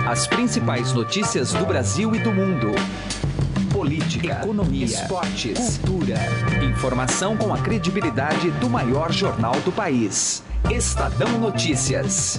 As principais notícias do Brasil e do mundo. Política, economia, esportes, cultura. Informação com a credibilidade do maior jornal do país. Estadão Notícias.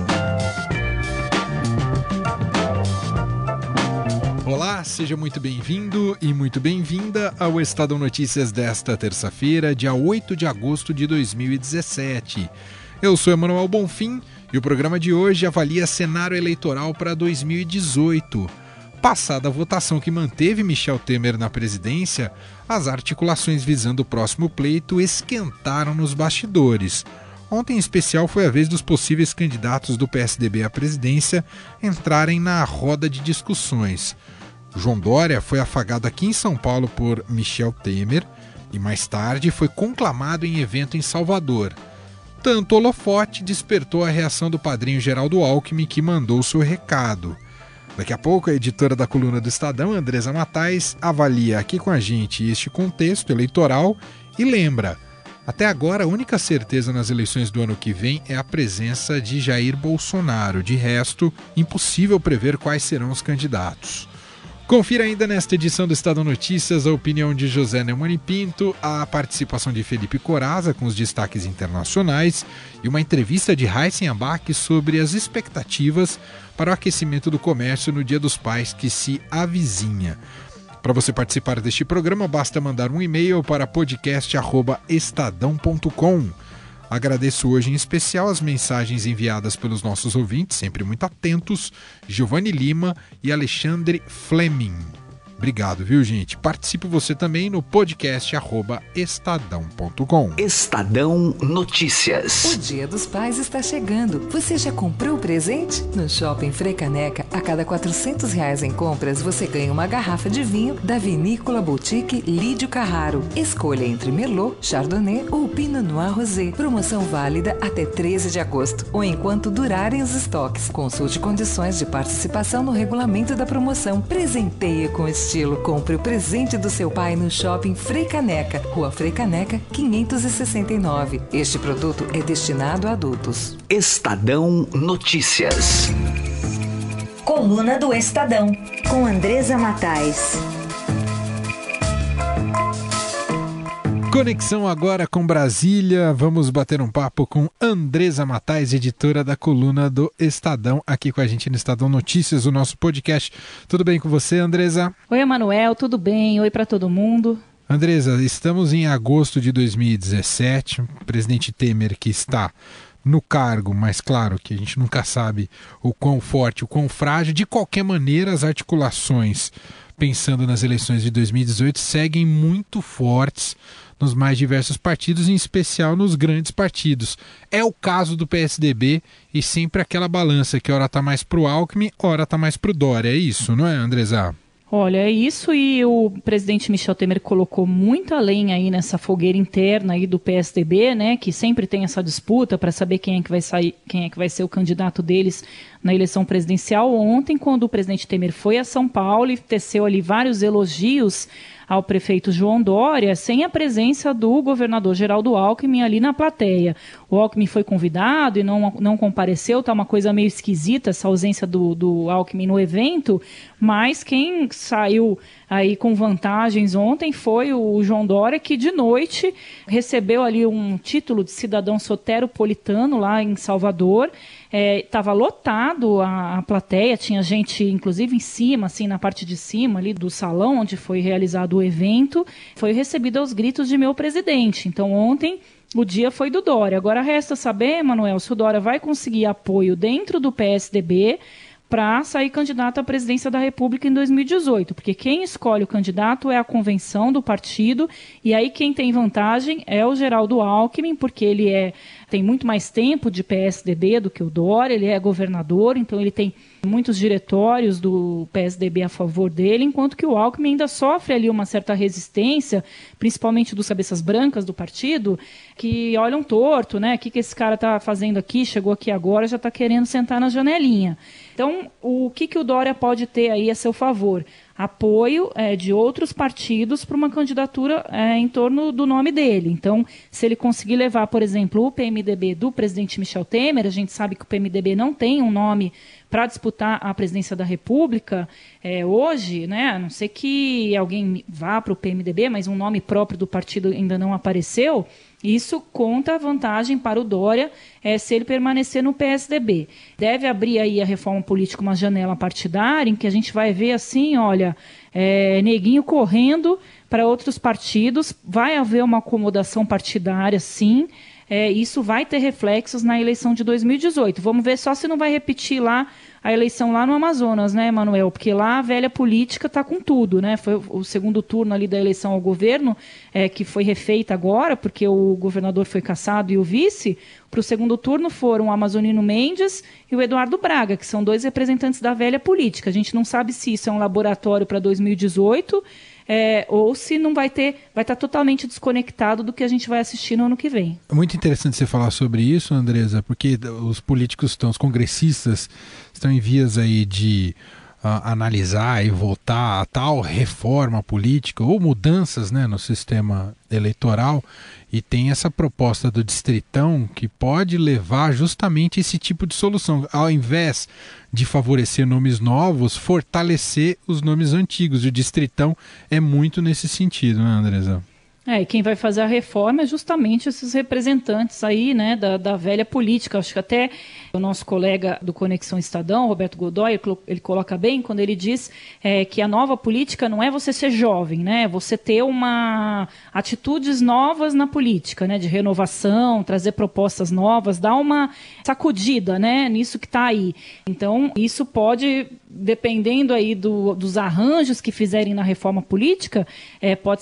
Olá, seja muito bem-vindo e muito bem-vinda ao Estadão Notícias desta terça-feira, dia 8 de agosto de 2017. Eu sou Emanuel Bonfim e o programa de hoje avalia cenário eleitoral para 2018. Passada a votação que manteve Michel Temer na presidência, as articulações visando o próximo pleito esquentaram nos bastidores. Ontem, em especial, foi a vez dos possíveis candidatos do PSDB à presidência entrarem na roda de discussões. João Dória foi afagado aqui em São Paulo por Michel Temer e mais tarde foi conclamado em evento em Salvador. Tanto holofote despertou a reação do padrinho Geraldo Alckmin, que mandou seu recado. Daqui a pouco, a editora da coluna do Estadão, Andresa Matais, avalia aqui com a gente este contexto eleitoral e lembra: até agora, a única certeza nas eleições do ano que vem é a presença de Jair Bolsonaro. De resto, impossível prever quais serão os candidatos. Confira ainda nesta edição do Estadão Notícias a opinião de José Neumann Pinto, a participação de Felipe Corazza com os destaques internacionais e uma entrevista de Raíssen Abac sobre as expectativas para o aquecimento do comércio no Dia dos Pais que se avizinha. Para você participar deste programa, basta mandar um e-mail para podcast@estadão.com. Agradeço hoje em especial as mensagens enviadas pelos nossos ouvintes, sempre muito atentos, Giovanni Lima e Alexandre Fleming. Obrigado, viu, gente? Participe você também no podcast@estadão.com. Estadão Notícias. O Dia dos Pais está chegando. Você já comprou o presente? No Shopping Frei Caneca, a cada R$400 em compras, você ganha uma garrafa de vinho da Vinícola Boutique Lídio Carraro. Escolha entre Merlot, Chardonnay ou Pinot Noir Rosé. Promoção válida até 13 de agosto ou enquanto durarem os estoques. Consulte condições de participação no regulamento da promoção. Presenteie com estilo. Compre o presente do seu pai no Shopping Frei Caneca, Rua Frei Caneca, 569. Este produto é destinado a adultos. Estadão Notícias. Coluna do Estadão, com Andresa Matais. Conexão agora com Brasília, vamos bater um papo com Andresa Matais, editora da coluna do Estadão, aqui com a gente no Estadão Notícias, o nosso podcast. Tudo bem com você, Andresa? Oi, Emanuel, tudo bem? Oi para todo mundo. Andresa, estamos em agosto de 2017, o presidente Temer que está no cargo, mas claro que a gente nunca sabe o quão forte, o quão frágil. De qualquer maneira, as articulações, pensando nas eleições de 2018, seguem muito fortes nos mais diversos partidos, em especial nos grandes partidos. É o caso do PSDB e sempre aquela balança que ora está mais para o Alckmin, ora está mais para o Dória. É isso, não é, Andresa? Olha, é isso, e o presidente Michel Temer colocou muita lenha aí nessa fogueira interna aí do PSDB, né, que sempre tem essa disputa para saber quem é que vai sair, quem é que vai ser o candidato deles na eleição presidencial. Ontem, quando o presidente Temer foi a São Paulo e teceu ali vários elogios ao prefeito João Dória, sem a presença do governador Geraldo Alckmin ali na plateia. O Alckmin foi convidado e não compareceu, tá uma coisa meio esquisita essa ausência do Alckmin no evento, mas quem saiu aí com vantagens ontem foi o João Dória, que de noite recebeu ali um título de cidadão soteropolitano lá em Salvador. Estava lotado a plateia, tinha gente inclusive em cima, assim, na parte de cima ali do salão onde foi realizado o evento, foi recebido aos gritos de meu presidente. Então ontem o dia foi do Dória. Agora resta saber, Manuel, se o Dória vai conseguir apoio dentro do PSDB para sair candidato à presidência da República em 2018, porque quem escolhe o candidato é a convenção do partido, e aí quem tem vantagem é o Geraldo Alckmin, porque ele tem muito mais tempo de PSDB do que o Dória, ele é governador, então ele tem muitos diretórios do PSDB a favor dele, enquanto que o Alckmin ainda sofre ali uma certa resistência, principalmente dos cabeças brancas do partido, que olham torto, né? O que esse cara está fazendo aqui, chegou aqui agora, já está querendo sentar na janelinha. Então, o que o Dória pode ter aí a seu favor? Apoio de outros partidos para uma candidatura em torno do nome dele. Então, se ele conseguir levar, por exemplo, o PMDB do presidente Michel Temer, a gente sabe que o PMDB não tem um nome para disputar a presidência da República, hoje, né, a não ser que alguém vá para o PMDB, mas um nome próprio do partido ainda não apareceu, isso conta vantagem para o Dória se ele permanecer no PSDB. Deve abrir aí a reforma política uma janela partidária em que a gente vai ver assim, olha, neguinho correndo para outros partidos, vai haver uma acomodação partidária, sim. Isso vai ter reflexos na eleição de 2018. Vamos ver só se não vai repetir lá a eleição lá no Amazonas, né, Manuel? Porque lá a velha política está com tudo, né? Foi o segundo turno ali da eleição ao governo, que foi refeita agora, porque o governador foi cassado e o vice. Para o segundo turno foram o Amazonino Mendes e o Eduardo Braga, que são 2 representantes da velha política. A gente não sabe se isso é um laboratório para 2018, ou se não vai estar totalmente desconectado do que a gente vai assistir no ano que vem. É muito interessante você falar sobre isso, Andresa, porque os políticos os congressistas estão em vias aí de analisar e votar a tal reforma política ou mudanças, né, no sistema eleitoral, e tem essa proposta do Distritão que pode levar justamente esse tipo de solução, ao invés de favorecer nomes novos, fortalecer os nomes antigos, e o Distritão é muito nesse sentido, né, Andresa? E quem vai fazer a reforma é justamente esses representantes aí, né, da velha política. Acho que até o nosso colega do Conexão Estadão, Roberto Godoy, ele coloca bem quando ele diz que a nova política não é você ser jovem, né, é você ter atitudes novas na política, né, de renovação, trazer propostas novas, dar uma sacudida, né, nisso que está aí. Então, isso pode, dependendo aí dos arranjos que fizerem na reforma política, pode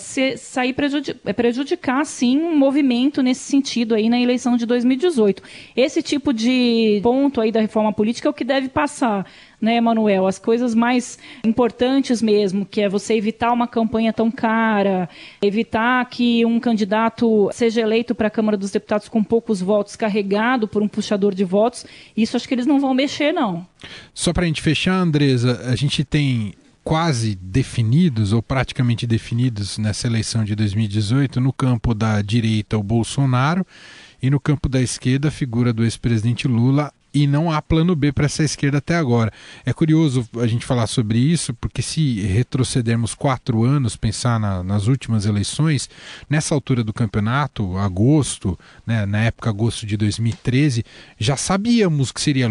prejudicar, sim, um movimento nesse sentido aí na eleição de 2018. Esse tipo de ponto aí da reforma política é o que deve passar, né, Manuel? As coisas mais importantes mesmo, que é você evitar uma campanha tão cara, evitar que um candidato seja eleito para a Câmara dos Deputados com poucos votos, carregado por um puxador de votos. Isso acho que eles não vão mexer, não. Só para a gente fechar, Andresa, a gente tem quase definidos ou praticamente definidos nessa eleição de 2018, no campo da direita o Bolsonaro e no campo da esquerda a figura do ex-presidente Lula, e não há plano B para essa esquerda até agora. É curioso a gente falar sobre isso, porque se retrocedermos 4 anos, pensar nas últimas eleições, nessa altura do campeonato, agosto, né, na época agosto de 2013, já sabíamos que seria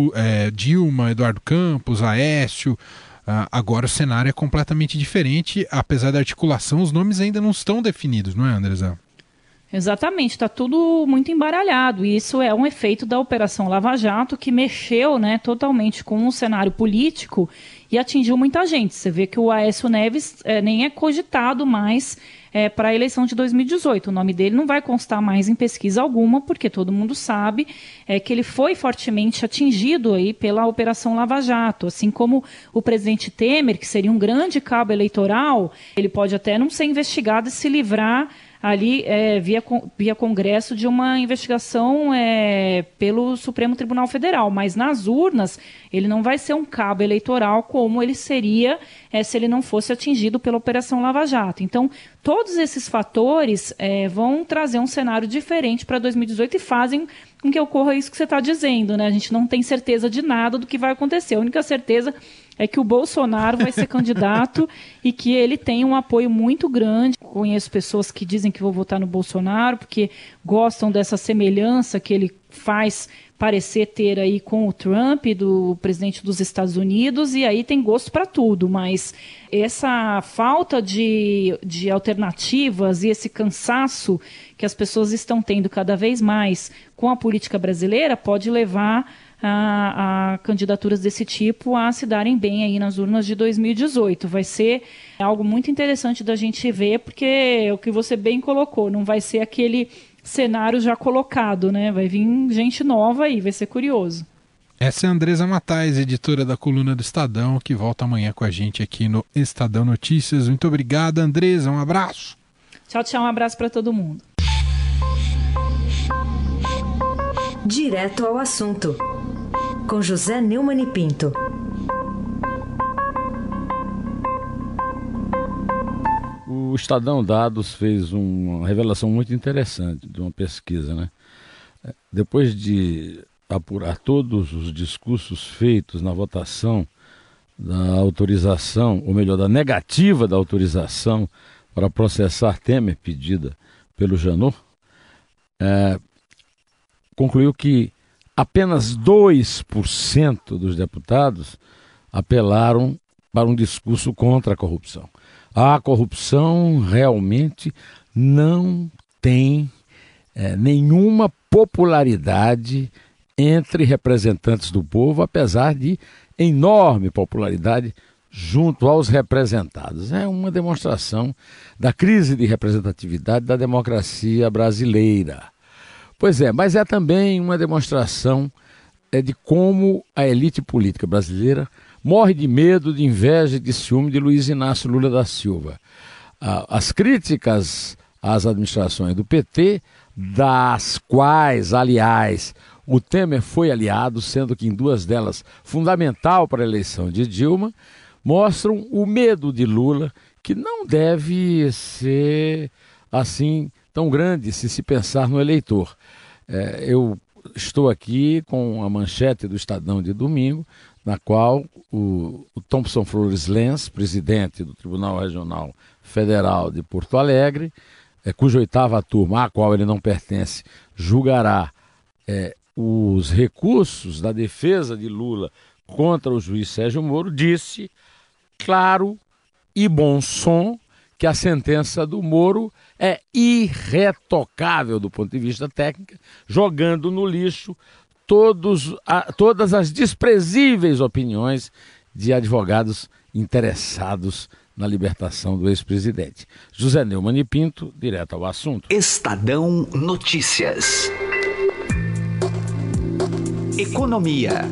Dilma, Eduardo Campos, Aécio. Agora o cenário é completamente diferente, apesar da articulação, os nomes ainda não estão definidos, não é, Andresa? Exatamente, está tudo muito embaralhado, e isso é um efeito da Operação Lava Jato, que mexeu, né, totalmente com o cenário político e atingiu muita gente. Você vê que o Aécio Neves nem é cogitado mais para a eleição de 2018. O nome dele não vai constar mais em pesquisa alguma, porque todo mundo sabe que ele foi fortemente atingido aí pela Operação Lava Jato. Assim como o presidente Temer, que seria um grande cabo eleitoral, ele pode até não ser investigado e se livrar ali via Congresso de uma investigação pelo Supremo Tribunal Federal, mas nas urnas ele não vai ser um cabo eleitoral como ele seria se ele não fosse atingido pela Operação Lava Jato. Então, todos esses fatores vão trazer um cenário diferente para 2018 e fazem com que ocorra isso que você está dizendo, né? A gente não tem certeza de nada do que vai acontecer. A única certeza é que o Bolsonaro vai ser candidato e que ele tem um apoio muito grande. Conheço pessoas que dizem que vão votar no Bolsonaro porque gostam dessa semelhança que ele faz parecer ter aí com o Trump, do presidente dos Estados Unidos, e aí tem gosto para tudo, mas essa falta de alternativas e esse cansaço que as pessoas estão tendo cada vez mais com a política brasileira pode levar a candidaturas desse tipo a se darem bem aí nas urnas de 2018. Vai ser algo muito interessante da gente ver, porque é o que você bem colocou, não vai ser aquele cenário já colocado, né? Vai vir gente nova aí, vai ser curioso. Essa é a Andresa Matais, editora da coluna do Estadão, que volta amanhã com a gente aqui no Estadão Notícias. Muito obrigado, Andresa, um abraço. Tchau, tchau, um abraço para todo mundo. Direto ao assunto, com José Neumann e Pinto. O Estadão Dados fez uma revelação muito interessante de uma pesquisa, né? Depois de apurar todos os discursos feitos na votação da autorização, ou melhor, da negativa da autorização para processar Temer, pedida pelo Janot, concluiu que apenas 2% dos deputados apelaram para um discurso contra a corrupção. A corrupção realmente não tem nenhuma popularidade entre representantes do povo, apesar de enorme popularidade junto aos representados. É uma demonstração da crise de representatividade da democracia brasileira. Pois é, mas é também uma demonstração de como a elite política brasileira morre de medo, de inveja e de ciúme de Luiz Inácio Lula da Silva. As críticas às administrações do PT, das quais, aliás, o Temer foi aliado, sendo que em duas delas fundamental para a eleição de Dilma, mostram o medo de Lula, que não deve ser assim tão grande se pensar no eleitor. Eu estou aqui com a manchete do Estadão de domingo, na qual o Thompson Flores Lenz, presidente do Tribunal Regional Federal de Porto Alegre, cuja oitava turma, à qual ele não pertence, julgará os recursos da defesa de Lula contra o juiz Sérgio Moro, disse, claro e bom som, que a sentença do Moro é irretocável do ponto de vista técnico, jogando no lixo todas as desprezíveis opiniões de advogados interessados na libertação do ex-presidente. José Neumann e Pinto, direto ao assunto. Estadão Notícias. Economia.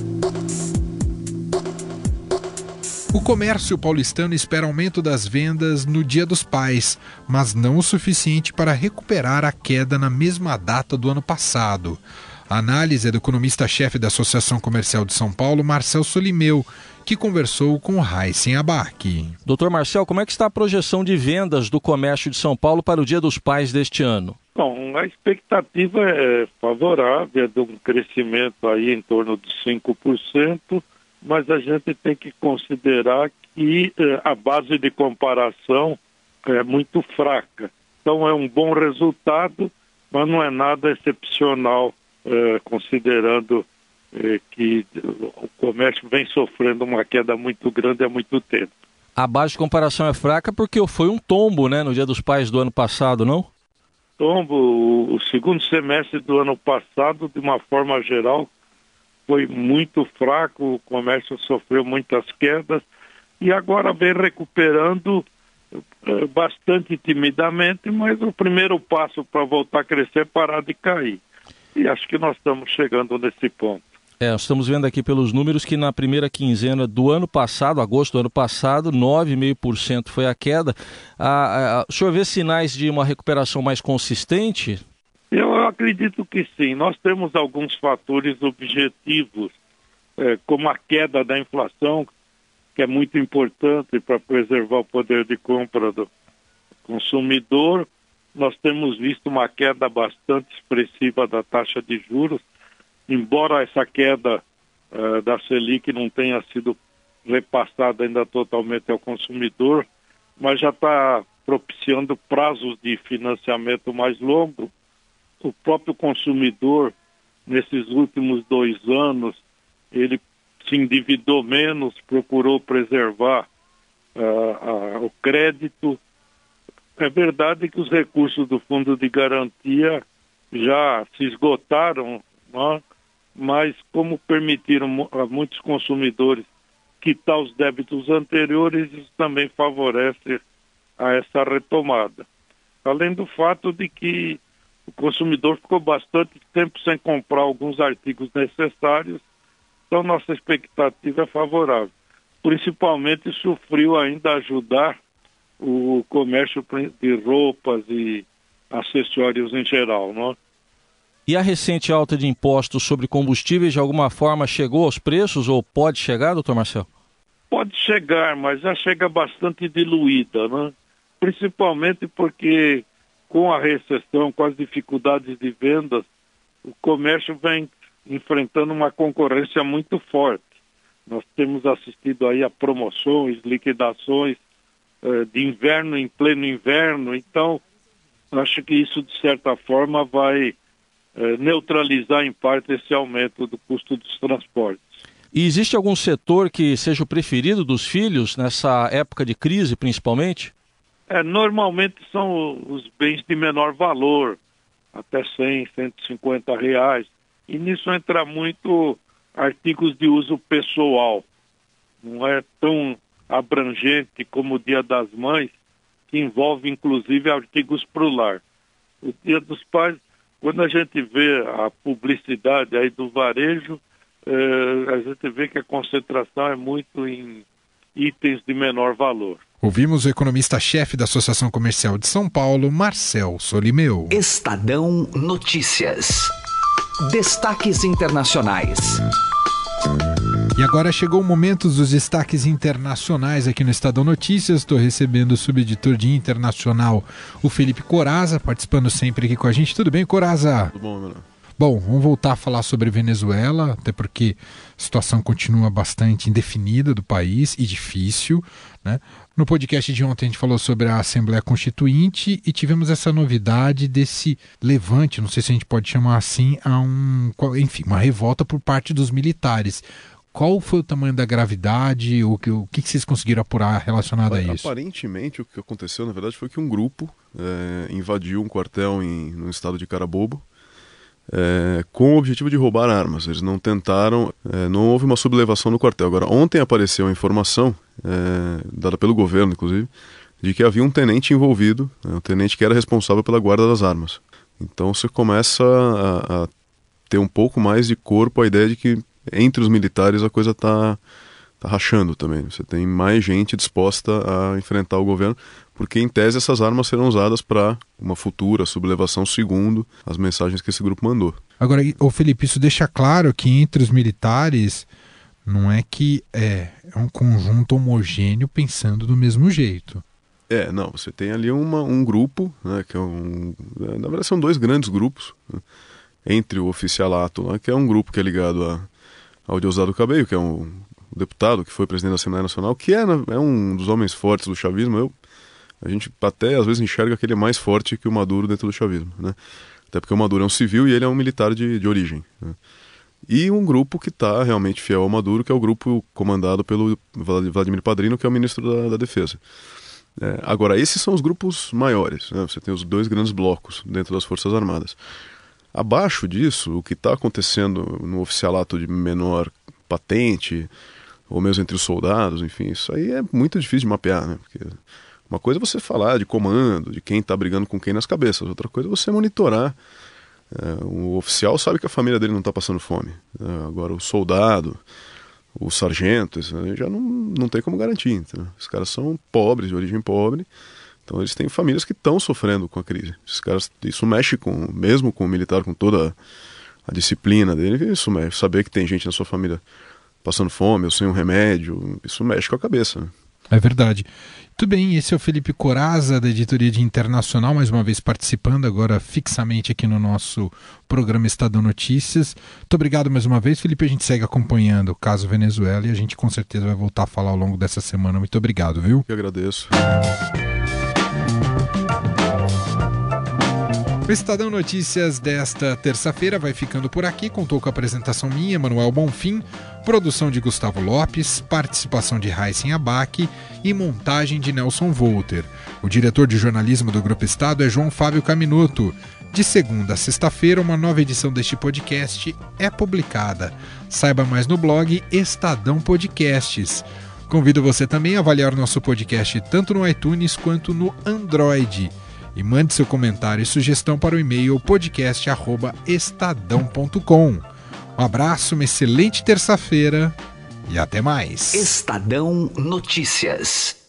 O comércio paulistano espera aumento das vendas no Dia dos Pais, mas não o suficiente para recuperar a queda na mesma data do ano passado. A análise é do economista-chefe da Associação Comercial de São Paulo, Marcel Solimeu, que conversou com Raíssen Abac. Doutor Marcel, como é que está a projeção de vendas do comércio de São Paulo para o Dia dos Pais deste ano? Bom, a expectativa é favorável, é de um crescimento aí em torno de 5%, mas a gente tem que considerar que a base de comparação é muito fraca. Então é um bom resultado, mas não é nada excepcional, considerando que o comércio vem sofrendo uma queda muito grande há muito tempo. A base de comparação é fraca porque foi um tombo, né, no Dia dos Pais do ano passado, não? Tombo, o segundo semestre do ano passado, de uma forma geral, foi muito fraco, o comércio sofreu muitas quedas e agora vem recuperando bastante timidamente, mas o primeiro passo para voltar a crescer é parar de cair. E acho que nós estamos chegando nesse ponto. Estamos vendo aqui pelos números que na primeira quinzena do ano passado, agosto do ano passado, 9,5% foi a queda. O senhor vê sinais de uma recuperação mais consistente? Eu acredito que sim. Nós temos alguns fatores objetivos, como a queda da inflação, que é muito importante para preservar o poder de compra do consumidor. Nós temos visto uma queda bastante expressiva da taxa de juros, embora essa queda da Selic não tenha sido repassada ainda totalmente ao consumidor, mas já está propiciando prazos de financiamento mais longos. O próprio consumidor, nesses últimos 2 anos, ele se endividou menos, procurou preservar o crédito. É verdade que os recursos do Fundo de Garantia já se esgotaram, né? Mas como permitiram a muitos consumidores quitar os débitos anteriores, isso também favorece a essa retomada. Além do fato de que o consumidor ficou bastante tempo sem comprar alguns artigos necessários, então nossa expectativa é favorável. Principalmente se o frio ainda ajudar o comércio de roupas e acessórios em geral, não é? E a recente alta de impostos sobre combustíveis de alguma forma chegou aos preços ou pode chegar, doutor Marcel? Pode chegar, mas já chega bastante diluída, né? Principalmente porque com a recessão, com as dificuldades de vendas, o comércio vem enfrentando uma concorrência muito forte. Nós temos assistido aí a promoções, liquidações de inverno em pleno inverno, então acho que isso de certa forma vai neutralizar em parte esse aumento do custo dos transportes. E existe algum setor que seja o preferido dos filhos nessa época de crise, principalmente? Normalmente são os bens de menor valor, até 100, 150 reais. E nisso entra muito artigos de uso pessoal. Não é tão abrangente como o Dia das Mães, que envolve inclusive artigos para o lar. O Dia dos Pais, quando a gente vê a publicidade aí do varejo, a gente vê que a concentração é muito em itens de menor valor. Ouvimos o economista-chefe da Associação Comercial de São Paulo, Marcel Solimeu. Estadão Notícias. Destaques internacionais. E agora chegou o momento dos destaques internacionais aqui no Estadão Notícias. Estou recebendo o subeditor de internacional, o Felipe Corazza, participando sempre aqui com a gente. Tudo bem, Corazza? Tudo bom, meu? Bom, vamos voltar a falar sobre Venezuela, até porque a situação continua bastante indefinida do país e difícil, né? No podcast de ontem a gente falou sobre a Assembleia Constituinte e tivemos essa novidade desse levante, não sei se a gente pode chamar assim, uma revolta por parte dos militares. Qual foi o tamanho da gravidade? O que vocês conseguiram apurar relacionado a isso? Aparentemente, o que aconteceu, na verdade, foi que um grupo invadiu um quartel no estado de Carabobo, com o objetivo de roubar armas. Eles não tentaram, não houve uma sublevação no quartel. Agora, ontem apareceu a informação, dada pelo governo, inclusive, de que havia um tenente envolvido, um tenente que era responsável pela guarda das armas. Então você começa a ter um pouco mais de corpo a ideia de que entre os militares a coisa está rachando também. Você tem mais gente disposta a enfrentar o governo, porque em tese essas armas serão usadas para uma futura sublevação, segundo as mensagens que esse grupo mandou. Agora, Felipe, isso deixa claro que entre os militares não é que é um conjunto homogêneo pensando do mesmo jeito. Não, você tem ali um grupo, né, que na verdade são dois grandes grupos, né, entre o oficialato, lá, que é um grupo que é ligado ao Diosdado Cabello, que é um deputado que foi presidente da Assembleia Nacional, que é um dos homens fortes do chavismo. A gente até às vezes enxerga que ele é mais forte que o Maduro dentro do chavismo, né? Até porque o Maduro é um civil e ele é um militar de origem, né? E um grupo que está realmente fiel ao Maduro, que é o grupo comandado pelo Vladimir Padrino, que é o ministro da Defesa. Agora, esses são os grupos maiores, né? Você tem os dois grandes blocos dentro das Forças Armadas. Abaixo disso, o que está acontecendo no oficialato de menor patente, ou mesmo entre os soldados, enfim, isso aí é muito difícil de mapear, né? Porque uma coisa é você falar de comando, de quem está brigando com quem nas cabeças, outra coisa é você monitorar. O oficial sabe que a família dele não está passando fome. Agora o soldado, o sargento, isso aí já não tem como garantir. Entendeu? Os caras são pobres, de origem pobre, então eles têm famílias que estão sofrendo com a crise. Esses caras, isso mexe mesmo com o militar, com toda a disciplina dele, isso mexe. Saber que tem gente na sua família passando fome ou sem um remédio, isso mexe com a cabeça, né? É verdade. Tudo bem, esse é o Felipe Corazza, da Editoria de Internacional, mais uma vez participando agora fixamente aqui no nosso programa Estadão Notícias. Muito obrigado mais uma vez, Felipe. A gente segue acompanhando o caso Venezuela e a gente com certeza vai voltar a falar ao longo dessa semana. Muito obrigado, viu? Eu agradeço. O Estadão Notícias desta terça-feira vai ficando por aqui. Contou com a apresentação minha, Manuel Bonfim, produção de Gustavo Lopes, participação de Raíssen Abac e montagem de Nelson Volter. O diretor de jornalismo do Grupo Estado é João Fábio Caminuto. De segunda a sexta-feira, uma nova edição deste podcast é publicada. Saiba mais no blog Estadão Podcasts. Convido você também a avaliar o nosso podcast tanto no iTunes quanto no Android. E mande seu comentário e sugestão para o e-mail podcast@estadão.com. Um abraço, uma excelente terça-feira e até mais. Estadão Notícias.